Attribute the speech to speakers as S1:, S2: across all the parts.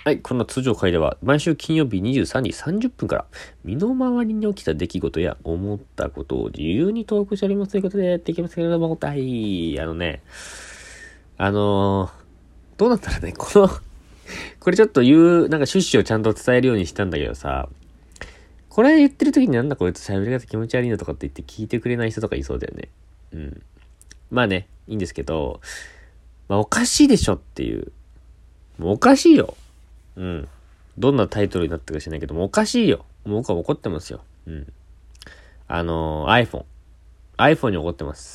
S1: はい、この通常回では毎週金曜日23時30分から身の回りに起きた出来事や思ったことを自由にトークしておりますということでやっていきますけれども、どうなったらね、これちょっとなんか趣旨をちゃんと伝えるようにしたんだけどさ、これ言ってる時になんだこいつ喋り方気持ち悪いのとかって言って聞いてくれない人とかいそうだよね。うん。まあね、いいんですけど、まあおかしいでしょっていう。もうおかしいよ。うん。どんなタイトルになったか知らないけども、おかしいよ。もう僕は怒ってますよ。うん。iPhone に怒ってます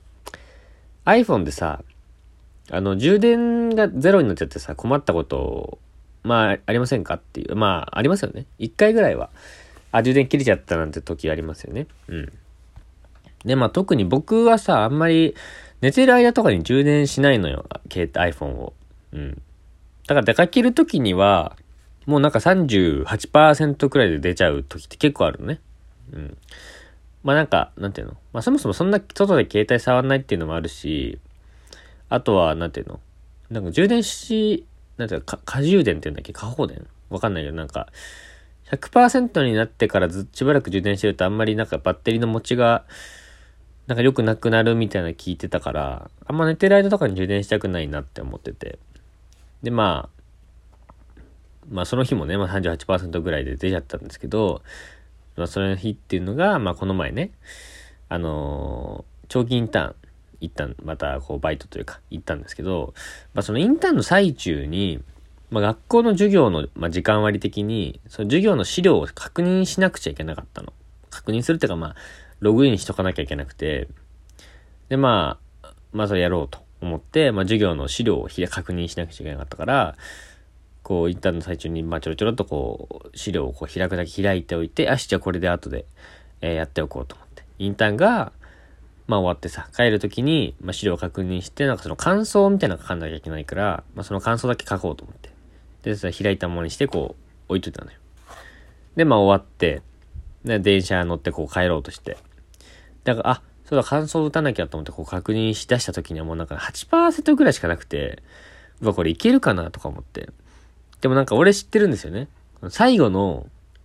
S1: 。iPhone でさ、充電がゼロになっちゃってさ、困ったこと、まあ、ありませんかっていう。まあ、ありますよね。一回ぐらいは。充電切れちゃったなんて時ありますよね。うん。で、まあ、特に僕はさ、あんまり、寝てる間とかに充電しないのよ。iPhone を。うん。だから出かけるときには、もうなんか 38% くらいで出ちゃうときって結構あるのね。うん。まあなんか、なんていうの、まあそもそもそんな外で携帯触んないっていうのもあるし、あとは、なんていうの、なんか充電なんていうか、過充電っていうんだっけ、過放電わかんないけど、なんか、100% になってからしばらく充電してるとあんまりなんかバッテリーの持ちが、なんか良くなくなるみたいな聞いてたから、あんま寝てる間とかに充電したくないなって思ってて。で、まあその日もね、38% ぐらいで出ちゃったんですけど、その日っていうのが、この前ね、長期インターン、一旦またこうバイトというか行ったんですけど、そのインターンの最中に、学校の授業の、時間割的に、その授業の資料を確認しなくちゃいけなかったの。確認するっていうかログインしとかなきゃいけなくて、でそれやろうと思って、授業の資料を確認しなくちゃいけなかったから、こう、インターンの最中に、ちょろちょろっとこう、資料をこう開くだけ開いておいて、じゃあこれで後で、やっておこうと思って。インターンが、終わってさ、帰るときに、資料を確認して、なんかその感想みたいなの書かなきゃいけないから、その感想だけ書こうと思って。で、開いたものにして、こう、置いといたのよ。で、終わって、で、電車乗ってこう帰ろうとして。だから、そうだ、感想を打たなきゃと思ってこう確認しだしたときにはもうなんか 8% ぐらいしかなくて、これいけるかなとか思って。でもなんか俺知ってるんですよね。最後の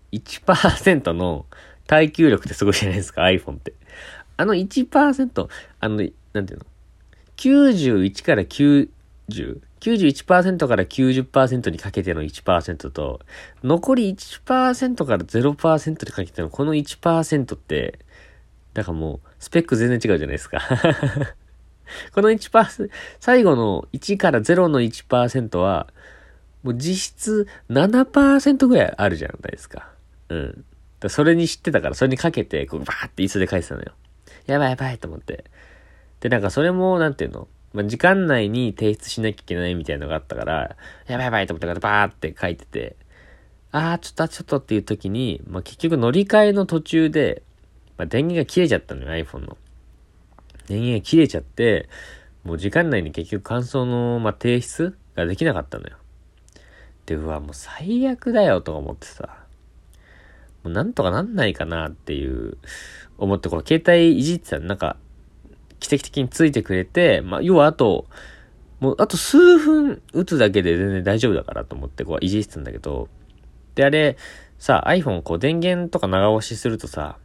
S1: 1% の耐久力ってすごいじゃないですか、iPhone って。1%、なんていうの ?91 から90、91% から 90% にかけての 1% と、残り 1% から 0% にかけてのこの 1% って、だからもう、スペック全然違うじゃないですか。この 1%、最後の1から0の 1% は、もう実質 7% ぐらいあるじゃないですか。うん。それに知ってたから、それにかけて、こう、バーって椅子で書いてたのよ。やばいやばいと思って。で、なんかそれも、なんていうの、時間内に提出しなきゃいけないみたいなのがあったから、やばいやばいと思ってからバーって書いてて、ちょっとっていう時に、結局乗り換えの途中で、電源が切れちゃったのよ、iPhone の。電源が切れちゃって、もう時間内に結局感想の、提出ができなかったのよ。で、もう最悪だよとか思ってさ、もうなんとかなんないかなっていう思って、こう携帯いじってたらなんか奇跡的についてくれて、要はあと数分打つだけで全然大丈夫だからと思ってこういじってたんだけど、であれさ、iPhone こう電源とか長押しするとさ、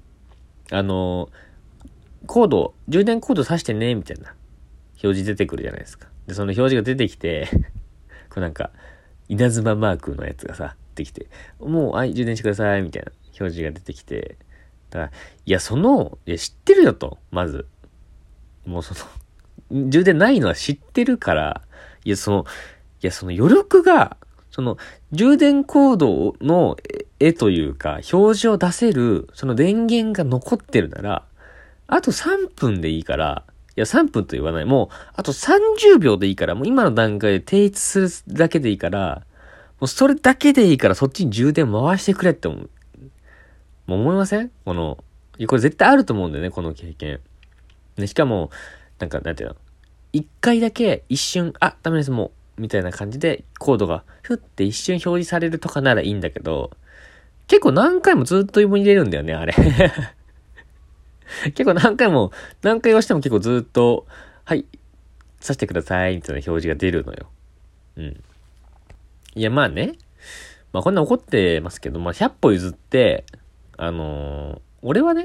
S1: 充電コード挿してねみたいな表示出てくるじゃないですか。でその表示が出てきてこうなんか稲妻マークのやつがさできて、もう充電してくださいみたいな表示が出てきて、だからいや知ってるよと、まずもう充電ないのは知ってるから、その余力が充電コードの絵というか表示を出せるその電源が残ってるなら、あと3分でいいから、3分と言わない。もう、あと30秒でいいから、もう今の段階で提出するだけでいいから、もうそれだけでいいからそっちに充電回してくれって思う。もう思いません？これ絶対あると思うんだよね、この経験。で、しかも、なんていうの？一回だけ一瞬、ダメです、もう、みたいな感じでコードが、ふって一瞬表示されるとかならいいんだけど、結構何回もずっと入れるんだよね、あれ。結構何回押しても結構ずっと、はい、刺してください、みたいな表示が出るのよ。うん。いや、ね。 まあこんな怒ってますけど、まあ100歩譲って、俺はね、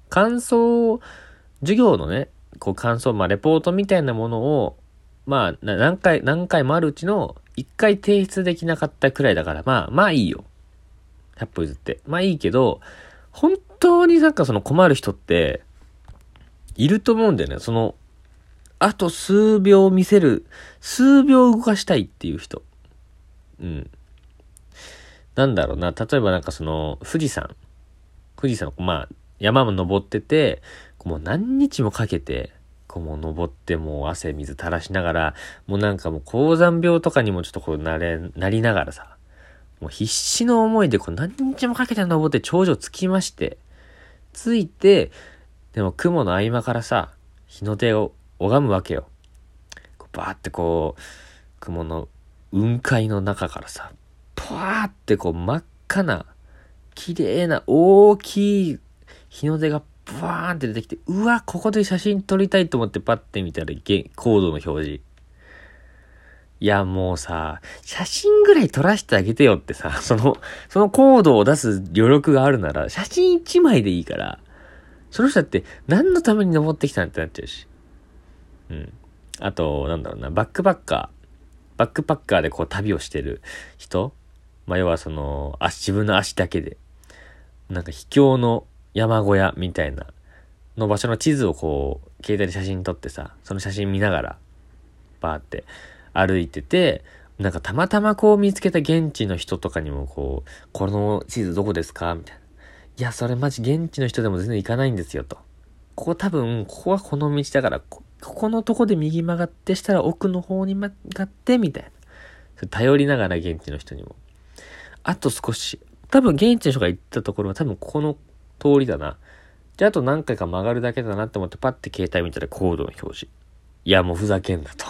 S1: 授業のね、こう感想、まあレポートみたいなものを、まあ何回もあるうちの1回提出できなかったくらいだから、まあいいよ。100歩譲って。まあいいけど、本当になんかその困る人って、いると思うんだよね。あと数秒見せる、数秒動かしたいっていう人。うん。なんだろうな、例えばなんか富士山、まあ、山も登ってて、もう何日もかけて、もう登ってもう汗水垂らしながら、もうなんかもう高山病とかにもちょっとなりながらさ、もう必死の思いで何日もかけて登って頂上着きまして、着いて、でも雲の合間からさ、日の出を拝むわけよ。バーって雲の雲海の中からさ、パーって真っ赤な、綺麗な大きい日の出がバーンって出てきて、うわ、ここで写真撮りたいと思ってパッて見たら高度の表示。いや、もうさ、写真ぐらい撮らせてあげてよってさ、その高度を出す余力があるなら、写真1枚でいいから、その人だって何のために登ってきたんってなっちゃうし。うん。あと、なんだろうな、バックパッカーで旅をしてる人、まあ、要は自分の足だけで、なんか秘境の山小屋みたいなの場所の地図を携帯で写真撮ってさ、その写真見ながら、バーって歩いてて、なんかたまたま見つけた現地の人とかにもこの地図どこですかみたいな。いや、それマジ現地の人でも全然行かないんですよと。ここはこの道だから、ここのとこで右曲がってしたら奥の方に曲がってみたいな。それ頼りながら現地の人にも。あと少し。多分現地の人が行ったところは多分この通りだな。じゃああと何回か曲がるだけだなって思ってパッて携帯見たらコードの表示。いやもうふざけんなと。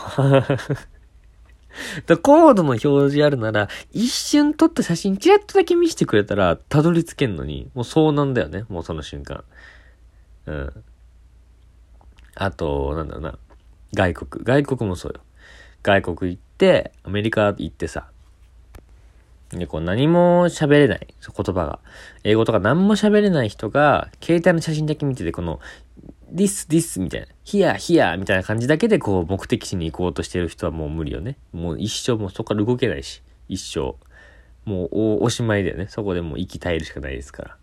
S1: コードの表示あるなら一瞬撮った写真チラッとだけ見せてくれたらたどり着けんのに、もうそうなんだよね。もうその瞬間。うん。あと、なんだろうな。外国もそうよ。外国行って、アメリカ行ってさ。で、何も喋れない。言葉が。英語とか何も喋れない人が、携帯の写真だけ見てて、this みたいな。here みたいな感じだけで目的地に行こうとしてる人はもう無理よね。もう一生もうそこから動けないし。一生。もうおしまいだよね。そこでもう息絶えるしかないですから。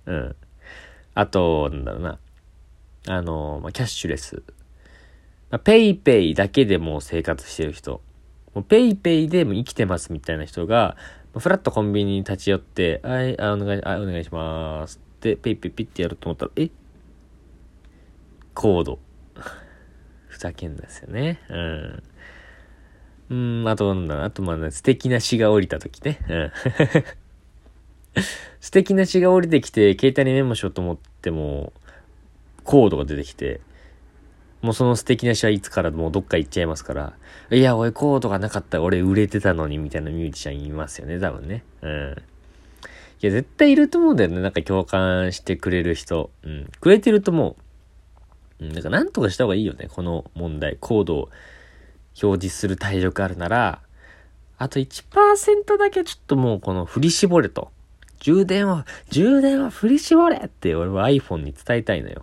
S1: うん。あと、なんだろうな。キャッシュレス。ペイペイだけでもう生活してる人。もうペイペイでも生きてますみたいな人が、フラッとコンビニに立ち寄って、はい、お願いしますって、ペイペイピッてやると思ったら、コード。ふざけんですよね。あとなんだろう、あと素敵な詩が降りた時ね。素敵な詩が降りてきて、携帯にメモしようと思っても、コードが出てきて、もうその素敵な詩はいつからもうどっか行っちゃいますから、いや、俺コードがなかったら俺売れてたのにみたいなミュージシャンいますよね、多分ね。いや、絶対いると思うんだよね。なんか共感してくれる人。くれてると思う。なんかなんとかした方がいいよね、この問題。コードを表示する体力あるなら、あと 1% だけちょっともう振り絞れと。充電は振り絞れって俺は iPhone に伝えたいのよ。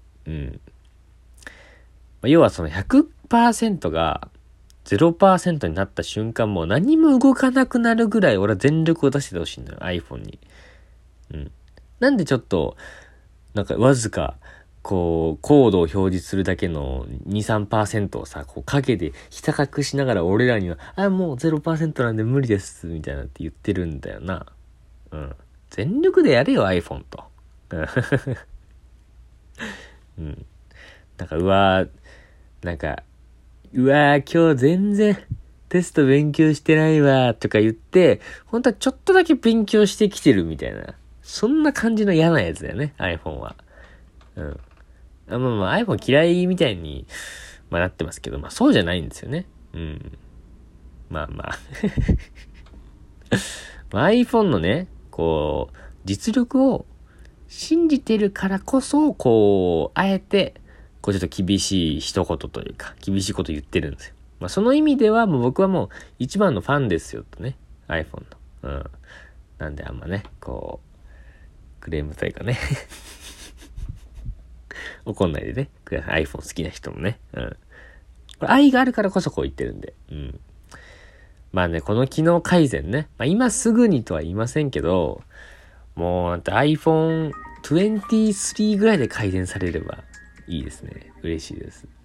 S1: 要は100% が 0% になった瞬間もう何も動かなくなるぐらい俺は全力を出しててほしいんだよ、iPhone に。なんでちょっと、なんかわずか、コードを表示するだけの 2,3% をさ、影でひた隠しながら俺らには、もう 0% なんで無理です、みたいなって言ってるんだよな。全力でやれよ、iPhone と。今日全然テスト勉強してないわ、とか言って、本当はちょっとだけ勉強してきてるみたいな。そんな感じの嫌なやつだよね、iPhone は。iPhone 嫌いみたいに、なってますけど、そうじゃないんですよね。iPhone のね、実力を信じてるからこそ、あえて、ちょっと厳しい一言というか、厳しいこと言ってるんですよ。その意味では、僕はもう一番のファンですよ、とね。iPhone の。 うん。なんであんまね、こう、クレームというかね、怒んないでね、ください。iPhone 好きな人もね。うん。これ愛があるからこそこう言ってるんで。うん。まあね、この機能改善ね。まあ今すぐにとは言いませんけど、もうなんて iPhone 23ぐらいで改善されればいいですね。嬉しいです。